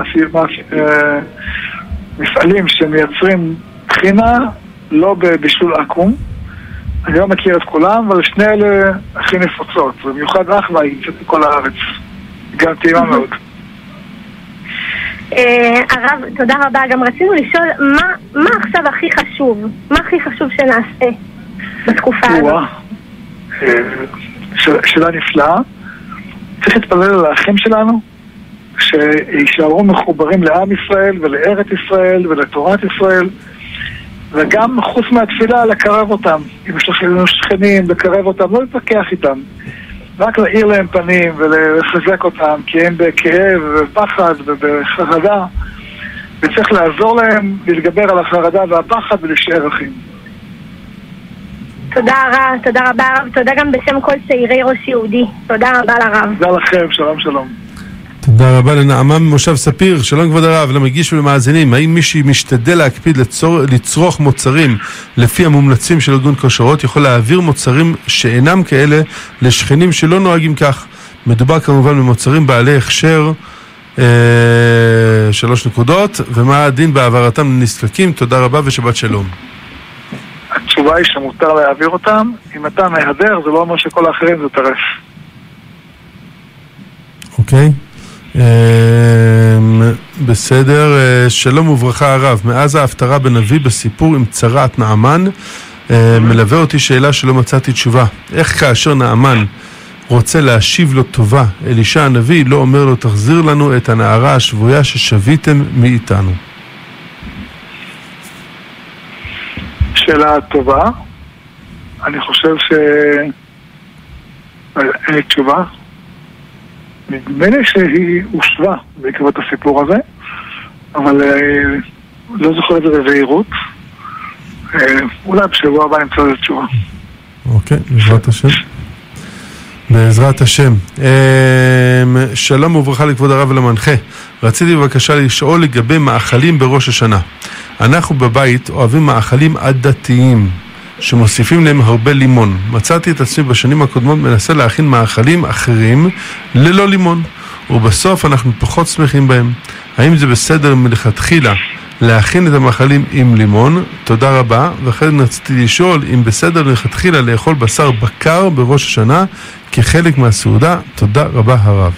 מפעלים שמייצרים טחינה לא בבישול אקום. אני לא מכיר את כולם, אבל שני אלה הכי נפוצות, במיוחד אחווה היא יצאת מכל הארץ, גם טעימה מאוד. הרב, תודה רבה. גם רצינו לשאול מה עכשיו הכי חשוב, מה הכי חשוב שנעשה בתקופה הזאת? שאלה נפלאה. צריך להתפלל על האחים שלנו שישארו מחוברים לעם ישראל ולארץ ישראל ולתורת ישראל, וגם חוץ מהתפילה לקרב אותם, אם יש לכם שכנים, לקרב אותם, לא להתווכח איתם, רק להאיר להם פנים ולחזק אותם, כי הם בכאב ובפחד ובחרדה, וצריך לעזור להם להתגבר על החרדה והפחד ולהישאר אחים. תודה רבה, תודה רבה הרב, תודה גם בשם כל צעירי ראש יהודי. תודה רבה לרב. תודה לכם, שלום שלום. תודה רבה לנעמה ממושב ספיר. שלום כבוד הרב, למגיש ולמאזינים. האם מי שמשתדל להקפיד לצור, לצרוך מוצרים לפי המומלצים של ארגון כושרות יכול להעביר מוצרים שאינם כאלה לשכנים שלא נוהגים כך? מדובר כמובן במוצרים בעלי הכשר, אה, שלוש נקודות, ומה הדין בעברתם לנזקקים? תודה רבה ושבת שלום. התשובה היא שמותר להעביר אותם. אם אתה מהדר, זה לא אומר שכל האחרים זה טרף. אוקיי. בסדר. שלום וברכה הרב. מאז ההפטרה בנביא בסיפור עם צרת נעמן מלווה אותי שאלה שלא מצאתי תשובה. איך כאשר נעמן רוצה להשיב לו טובה, אלישע הנביא לא אומר לו תחזיר לנו את הנערה השבויה ששביתם מאיתנו? שאלה טובה. אני חושב ש... אין לי תשובה. נדמה לי שהיא הושבה בעקבות הסיפור הזה, אבל לא זוכר את זה בבהירות. אולי בשבוע הבא נמצא את התשובה. אוקיי, בעזרת השם. בעזרת השם. שלום וברכה לכבוד הרב ולמנחה. רציתי בבקשה לשאול לגבי מאכלים בראש השנה. אנחנו בבית אוהבים מאכלים עדתיים שמוסיפים להם הרבה לימון. מצאתי את עצמי בשנים הקודמות מנסה להכין מאכלים אחרים ללא לימון, ובסוף אנחנו פחות שמחים בהם. האם זה בסדר מלכתחילה להכין את המאכלים עם לימון? תודה רבה. ואחרי רציתי לשאול אם בסדר מלכתחילה לאכול בשר בקר בראש השנה כחלק מהסעודה. תודה רבה הרב.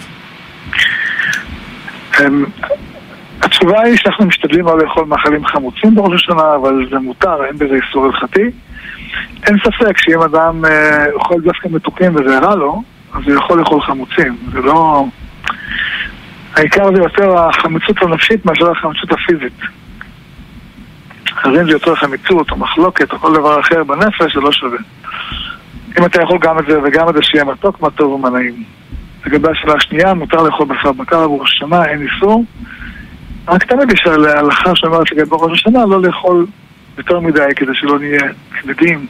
התשובה היא שאנחנו משתדלים לא לאכול מאכלים חמוצים בראש השנה, אבל זה מותר, אין בזה איסור הלכתי. אין ספק שאם אדם אוכל דווקא מתוקים וזה רע לו, אז הוא יכול לאכול חמוצים. זה לא... העיקר זה יותר החמיצות הנפשית מאשר החמיצות הפיזית. אז אם זה יותר חמיצות או מחלוקת או כל דבר אחר בנפש, זה לא שווה. אם אתה יכול גם את זה וגם את זה שיהיה מתוק, מה טוב ומה נעים. לגבי השאלה השנייה, מותר לאכול בשר בקר בראש השנה, אין איסור. רק תמיד יש ההלכה שאומרת לגבי בראש השנה לא לאכול יותר מדי כדי שלא נהיה כבדים,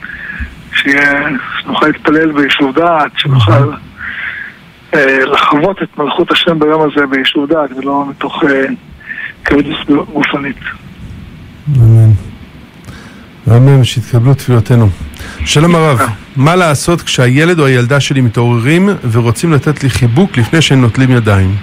שנוכל להתפלל ביישוב דעת, שנוכל אה, לחוות את מלכות השם ביום הזה ביישוב דעת ולא מתוך אה, כבדות גופנית. אמן. אמן, שיתקבלו תפילותינו. שלום הרב, מה לעשות כשהילד או הילדה שלי מתעוררים ורוצים לתת לי חיבוק לפני שהם נוטלים ידיים?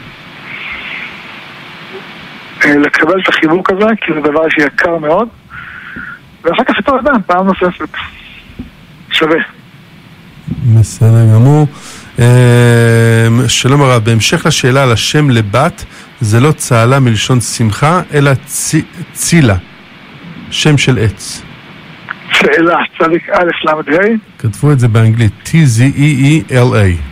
לקבל את החיבוק הזה, כי זה דבר שיקר מאוד, ואחר כך איתו אדם, פעם נוספת. שווה. בסדר גמור. שלום הרב, בהמשך לשאלה על השם לבת, זה לא צהלה מלשון שמחה, אלא צילה, שם של עץ. צהלה, צדיק א' למד ה'. כתבו את זה באנגלית, טי זי אי אי אל איי.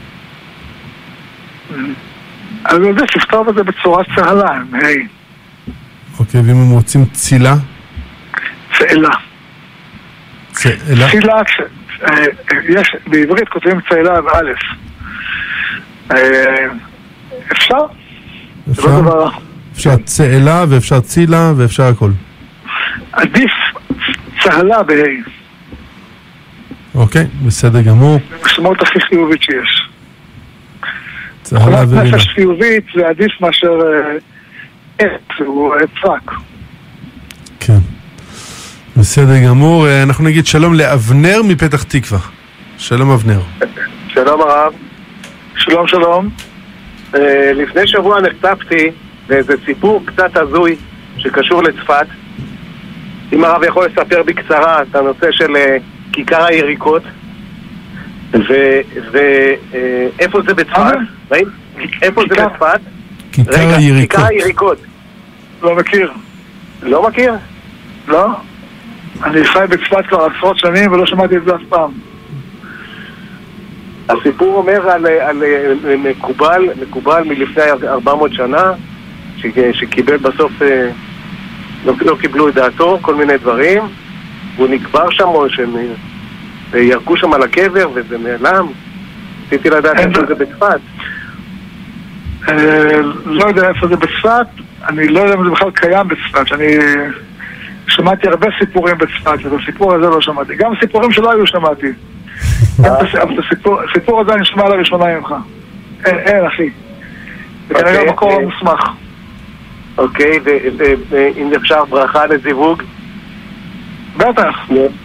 אז זה שכתוב את זה בצורה צהלה, עם ה'. אוקיי, ואם הם רוצים צילה? צהלה. צהלה? צילה, יש, בעברית כותבים צהלה באלף. אפשר? אפשר? אפשר צהלה ואפשר צילה ואפשר הכל. עדיף צהלה בה'. אוקיי, בסדר גמור. זה משמעות הכי חיובית שיש. צהלה ורילה. נפש חיובית זה עדיף מאשר עץ, הוא עץ רק. כן. בסדר גמור. אנחנו נגיד שלום לאבנר מפתח תקווה. שלום אבנר. שלום הרב. שלום שלום. לפני שבוע נחשפתי לאיזה סיפור קצת הזוי שקשור לצפת. אם הרב יכול לספר בקצרה את הנושא של כיכר היריקות ואיפה זה בצפת? איפה זה בצפת? כיכר היריקות. כיכר היריקות. לא מכיר. לא מכיר? לא. אני חי בצפת כבר עשרות שנים ולא שמעתי את זה אף פעם. הסיפור אומר על, על מקובל, מקובל מלפני ארבע מאות שנה שקיבל בסוף, לא, לא קיבלו את דעתו, כל מיני דברים, והוא נקבר שם או שהם ירקו שם על הקבר וזה נעלם. רציתי לדעת איפה זה בצפת. לא יודע איפה זה בצפת, אני לא יודע אם זה בכלל קיים בצפת, שאני שמעתי הרבה סיפורים בצפת, את הסיפור הזה לא שמעתי, גם סיפורים שלא היו שמעתי, אבל את הסיפור הזה אני שמע לראשונה ממך. אין אחי, זה כנראה מקור המוסמך. אוקיי, ואם אפשר ברכה לזיווג? בטח.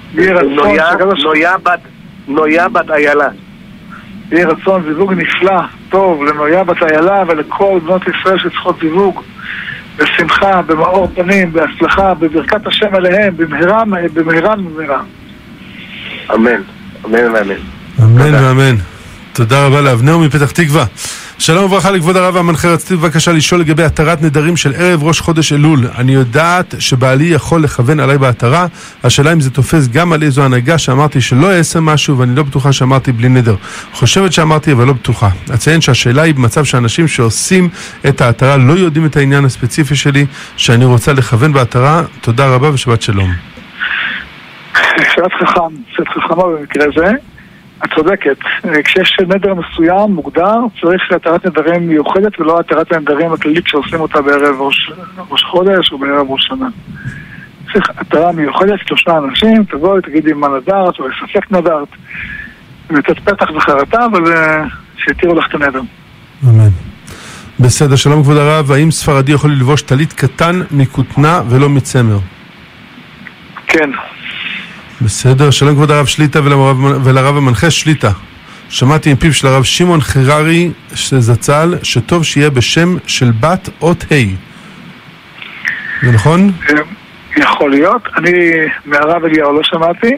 נויה בת איילה. יהיה רצון זיווג נפלא, טוב, לנויה בת איילה ולכל בנות ישראל שצריכות זיווג בשמחה, במאור פנים, בהצלחה, בברכת השם עליהם, במהרה, במהרה במהרה. אמן, אמן ואמן. אמן ואמן. תודה רבה לאבנר מפתח תקווה. שלום וברכה לכבוד הרב המנחה, רציתי בבקשה לשאול לגבי התרת נדרים של ערב ראש חודש אלול. אני יודעת שבעלי יכול לכוון עליי בהתרה, השאלה אם זה תופס גם על איזו הנהגה שאמרתי שלא אעשה משהו ואני לא בטוחה שאמרתי בלי נדר. חושבת שאמרתי אבל לא בטוחה. אציין שהשאלה היא במצב שאנשים שעושים את ההתרה לא יודעים את העניין הספציפי שלי שאני רוצה לכוון בהתרה. תודה רבה ושבת שלום. שאלת חכם, שאלת חכמה במקרה זה. את צודקת, כשיש נדר מסוים, מוגדר, צריך התרת נדרים מיוחדת ולא התרת הנדרים הכללית שעושים אותה בערב ראש, ראש חודש או בערב ראש שנה. צריך התרה מיוחדת, שלושה אנשים, תבואי, תגידי מה נדרת או ספק נדרת, ולתת פתח וחרטה, אבל שיתירו לך את הנדר. אמן. בסדר, שלום כבוד הרב, האם ספרדי יכול ללבוש טלית קטן מכותנה ולא מצמר? כן. בסדר, שלום כבוד הרב שליטה ולרב המנחה שליטה. שמעתי עם פיו של הרב שמעון חררי שזצ"ל שטוב שיהיה בשם של בת אות ה'. זה נכון? יכול להיות. אני מהרב אליהו לא שמעתי.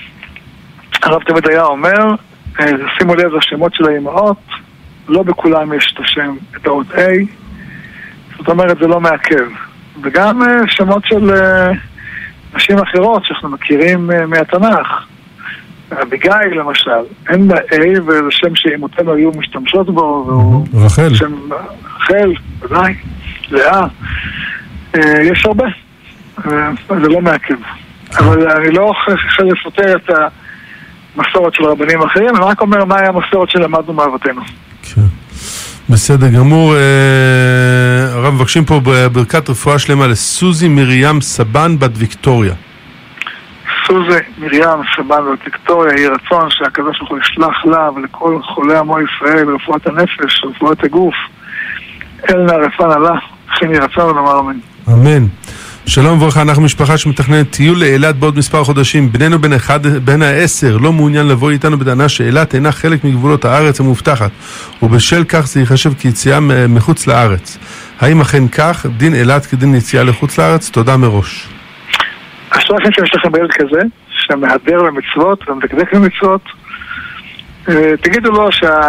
הרב תמיד היה אומר, שימו לב לשמות של האמהות, לא בכולם יש את השם, את האות ה'. זאת אומרת, זה לא מעכב. וגם שמות של נשים אחרות שאנחנו מכירים מהתנ"ך, אביגיל למשל, אין בה A וזה שם שאימותינו היו משתמשות בו, והוא רחל. שם רחל, ודאי, לאה, יש הרבה, זה לא מעכב. אבל אני לא חושב לפותר את המסורת של רבנים אחרים, אני רק אומר מה היה המסורת שלמדנו מאבותינו. כן. בסדר גמור. הרב מבקשים פה בברכת רפואה שלמה לסוזי מרים סבן בת ויקטוריה. סוזי מרים סבן בת ויקטוריה, יהי רצון שהקדוש ברוך הוא ישלח לה ולכל חולי עמו ישראל רפואת הנפש, רפואת הגוף, אל נא רפא נא לה, כן יהי רצון ונאמר אמן. אמן. שלום וברכה, אנחנו משפחה שמתכננת טיול לאילת בעוד מספר חודשים. בנינו בן אחד, בן העשר, לא מעוניין לבוא איתנו בטענה שאילת אינה חלק מגבולות הארץ המובטחת, ובשל כך זה ייחשב כיציאה מחוץ לארץ. האם אכן כך, דין אילת כדין יציאה לחוץ לארץ? תודה מראש. אשרי לכם שיש לכם בילד כזה, שמהדר במצוות ומדקדק במצוות, תגידו לו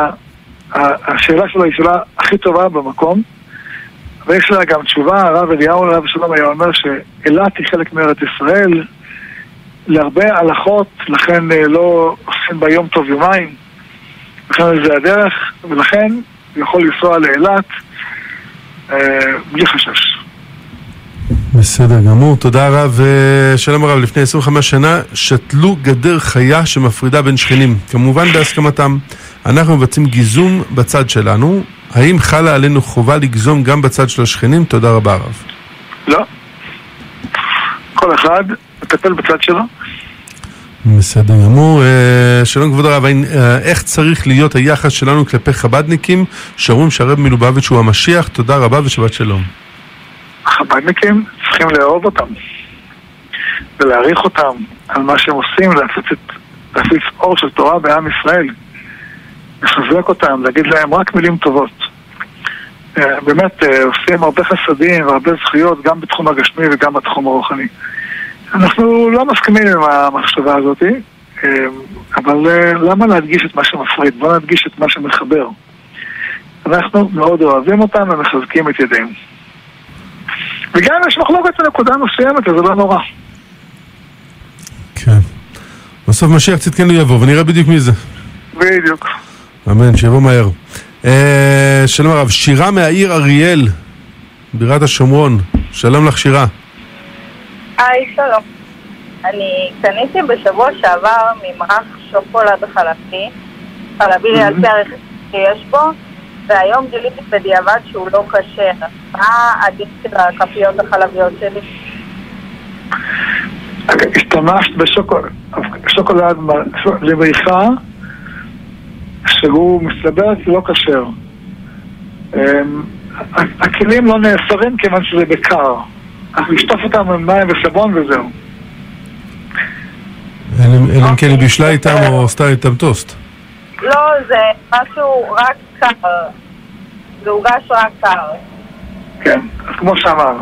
שהשאלה שלו היא שאלה הכי טובה במקום, ויש לה גם תשובה. הרב אליהו הרב שלום היה אומר שאילת היא חלק מארץ ישראל, להרבה הלכות, לכן לא עושים בה יום טוב יומיים, לכן זה הדרך, ולכן יכול לנסוע לאילת אה, בלי חשש. בסדר גמור, תודה רב. שלום הרב, לפני עשרים וחמש שנה שתלו גדר חיה שמפרידה בין שכנים, כמובן בהסכמתם. אנחנו מבצעים גיזום בצד שלנו, האם חלה עלינו חובה לגזום גם בצד של השכנים? תודה רבה הרב. לא, כל אחד מטפל בצד שלו. בסדר גמור. שלום כבוד הרב, איך צריך להיות היחס שלנו כלפי חבדניקים שאומרים שהרב מלובביץ' הוא המשיח? תודה רבה ושבת שלום. חבדניקים צריכים לאהוב אותם ולהעריך אותם על מה שהם עושים, להפיץ, להפיץ אור של תורה בעם ישראל, לחזק אותם, להגיד להם רק מילים טובות. באמת עושים הרבה חסדים והרבה זכויות גם בתחום הגשמי וגם בתחום הרוחני. אנחנו לא מסכימים עם המחשבה הזאת, אבל למה להדגיש את מה שמפריד? בוא נדגיש את מה שמחבר. אנחנו מאוד אוהבים אותם ומחזקים את ידיהם. וגם יש מחלוקת בנקודה מסוימת, אז זה לא נורא. כן. בסוף משיח צדקנו יבוא, ונראה בדיוק מי זה. בדיוק. אמן, שיבוא מהר. אה, שלום הרב, שירה מהעיר אריאל, בירת השומרון. שלום לך שירה. היי, שלום. אני קניתי בשבוע שעבר ממרח שוקולד חלבי, חלבי על פי הרכב שיש בו, והיום גיליתי בדיעבד שהוא לא קשה. מה הדין של הכפיות החלביות שלי? השתמשת בשוקולד לבריחה שהוא מסתבר לא קשר. הכלים לא נאסרים כיוון שזה בקר. אז לשטוף אותם עם מים וסבון וזהו. אלא אם כן היא בישלה איתם או עשתה איתם טוסט. לא, זה משהו רק קר. זה הוגש רק קר. כן, אז כמו שאמר.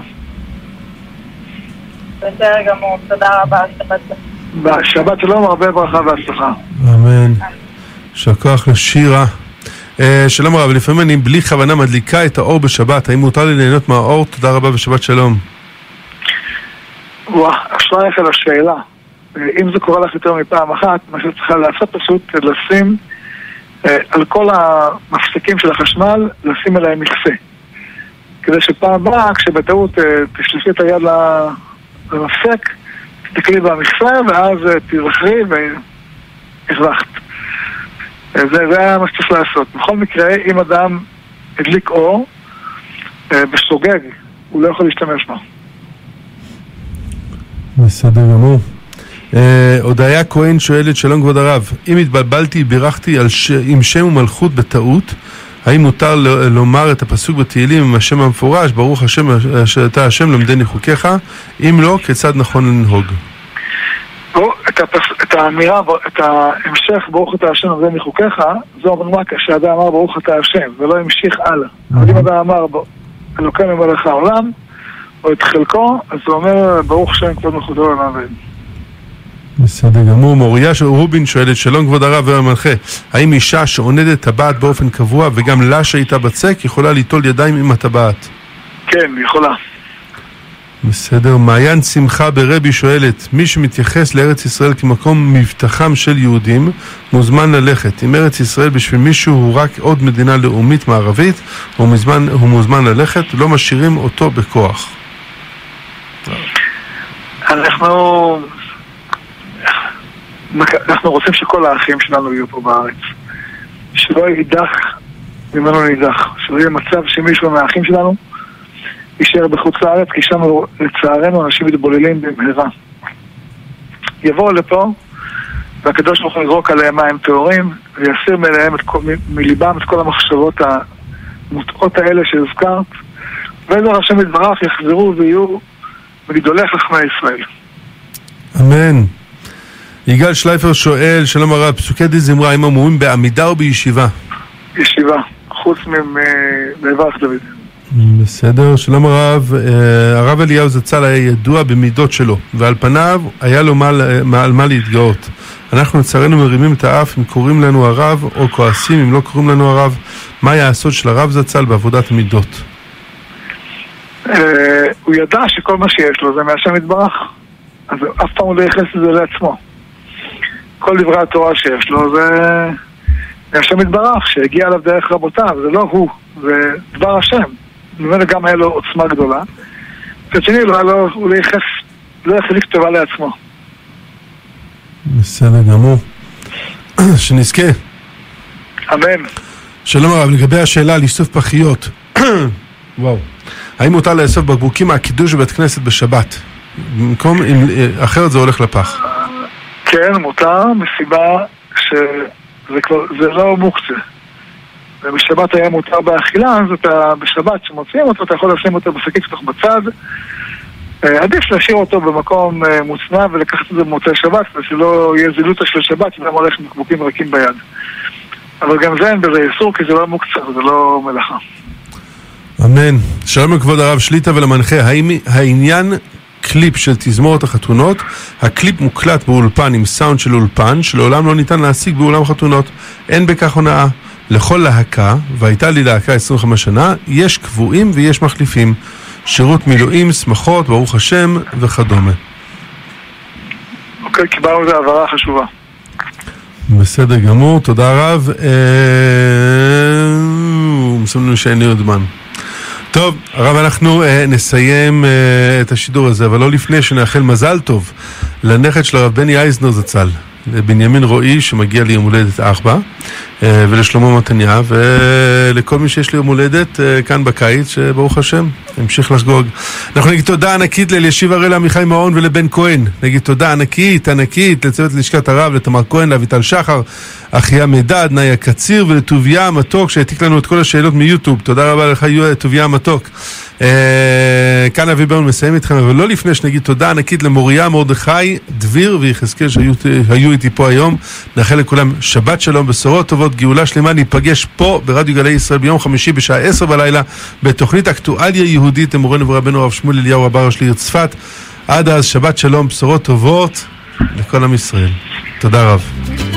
בסדר גמור, תודה רבה, שבת שלום. שבת שלום, הרבה ברכה והצלחה. אמן. שכוח לשירה. שלום רב, לפעמים אני בלי כוונה מדליקה את האור בשבת, האם מותר לי ליהנות מהאור? תודה רבה ושבת שלום. וואו, אשרייך על השאלה. אם זה קורה לך יותר מפעם אחת, מה שצריכה לעשות פשוט לשים על כל המפסקים של החשמל, לשים עליהם מכסה. כדי שפעם הבאה, כשבטעות תשלפי את היד למפסק, תסתכלי במכסה, ואז תזכרי והרווחת. זה, זה היה מה שצריך לעשות. בכל מקרה, אם אדם הדליק אור ושוגג, הוא לא יכול להשתמש בו. בסדר גמור. הודיה כהן שואלת, שלום כבוד הרב, אם התבלבלתי, בירכתי ש... עם שם ומלכות בטעות, האם מותר לומר את הפסוק בתהילים עם השם המפורש, ברוך השם אשר אתה השם למדני חוקיך? אם לא, כיצד נכון לנהוג? את, הפס... את האמירה, את ההמשך ברוך אתה השם למדני חוקיך, זו אמרה כשאדם אמר ברוך אתה השם, ולא המשיך הלאה. אבל אם אדם אמר אלוקים ממלך העולם, או את חלקו, אז הוא אומר ברוך שם כבוד מלכותו לעולם. בסדר גמור. מוריה של רובין שואלת, שלום כבוד הרב והמנחה, האם אישה שעונדת טבעת באופן קבוע וגם לה שהייתה בצק יכולה ליטול ידיים עם הטבעת? כן, יכולה. בסדר. מעיין שמחה ברבי שואלת, מי שמתייחס לארץ ישראל כמקום מבטחם של יהודים מוזמן ללכת. אם ארץ ישראל בשביל מישהו הוא רק עוד מדינה לאומית מערבית, הוא מוזמן, הוא מוזמן ללכת, לא משאירים אותו בכוח. אנחנו אנחנו רוצים שכל האחים שלנו יהיו פה בארץ, שלא יידח ממנו נידח, שלא יהיה מצב שמישהו מהאחים שלנו יישאר בחוץ לארץ, כי שם לצערנו אנשים מתבוללים במהרה. יבואו לפה והקדוש ברוך הוא יזרוק עליהם מים טהורים ויסיר מלהם מליבם את כל המחשבות המוטעות האלה שהזכרת, ועזר השם יתברך יחזרו ויהיו מגדולי חכמי ישראל. אמן. יגאל שלייפר שואל, שלום הרב, פסוקי די זמרה, האם אמורים בעמידה או בישיבה? ישיבה, חוץ מברך דוד. בסדר, שלום הרב, הרב אליהו זצ"ל היה ידוע במידות שלו, ועל פניו היה לו מה, מה, על מה להתגאות. אנחנו לצערנו מרימים את האף אם קוראים לנו הרב, או כועסים אם לא קוראים לנו הרב. מה היה הסוד של הרב זצ"ל בעבודת המידות? הוא ידע שכל מה שיש לו זה מהשם יתברך, אז אף פעם הוא לא יחס לזה לעצמו. כל דברי התורה שיש לו זה מהשם יתברך, שהגיע עליו דרך רבותיו, זה לא הוא, זה דבר השם. באמת גם היה לו עוצמה גדולה. מצד שני, הוא לא יחס, לא יחליק טובה לעצמו. בסדר גמור. שנזכה. אמן. שלום הרב, לגבי השאלה על איסוף פחיות. וואו. האם מותר לאסוף בקבוקים מהקידוש בבית כנסת בשבת? במקום, אחרת זה הולך לפח. כן, מותר, מסיבה שזה כבר, זה לא מוקצה. ובשבת היה מותר באכילה, אז אתה בשבת שמוציאים אותו, אתה יכול לשים אותו בשקית שתוך בצד. עדיף להשאיר אותו במקום מוצנע ולקחת את זה במוצאי שבת, ושלא יהיה זילותה של שבת, שגם הולך עם בקבוקים רכים ביד. אבל גם זה אין בזה איסור, כי זה לא מוקצה, זה לא מלאכה. אמן. שלום לכבוד הרב שליטה ולמנחה. האם העניין קליפ של תזמורת החתונות, הקליפ מוקלט באולפן עם סאונד של אולפן, שלעולם לא ניתן להשיג באולם חתונות. אין בכך הונאה. לכל להקה, והייתה לי להקה עשרים וחמש שנה, יש קבועים ויש מחליפים. שירות מילואים, שמחות, ברוך השם וכדומה. אוקיי, קיבלנו את העברה חשובה. בסדר גמור, תודה רב. מסמנו שאין לי עוד זמן. טוב, הרב, אנחנו אה, נסיים אה, את השידור הזה, אבל לא לפני שנאחל מזל טוב לנכד של הרב בני אייזנר זצ"ל, לבנימין רועי שמגיע לי יום הולדת ארבע, אה, ולשלמה מתניה, ולכל מי שיש לי יום הולדת אה, כאן בקיץ, שברוך השם, המשיך לחגוג. אנחנו נגיד תודה ענקית לאלישיב הראל, עמיחי מעון ולבן כהן. נגיד תודה ענקית, ענקית, לצוות לשכת הרב, לתמר כהן, לאביטל שחר, אחיה מדד, נאיה קציר, ולטוביה המתוק שהעתיק לנו את כל השאלות מיוטיוב. תודה רבה לך, טוביה המתוק. אה, כאן אבי ברמן מסיים איתכם, אבל לא לפני שנגיד תודה ענקית למוריה, מרדכי, דביר ויחזקאל שהיו איתי פה היום. נאחל לכולם שבת שלום, בשורות טובות, גאולה שלמה. ניפגש פה ברדיו גלי ישראל ביום חמישי בשעה עשר בלילה בתוכנית אקטואליה יהודית למורנו ורבנו הרב שמואל אליהו הבר ראש לעיר צפת. עד אז שבת שלום, בשורות טובות לכל עם ישראל. תודה רב.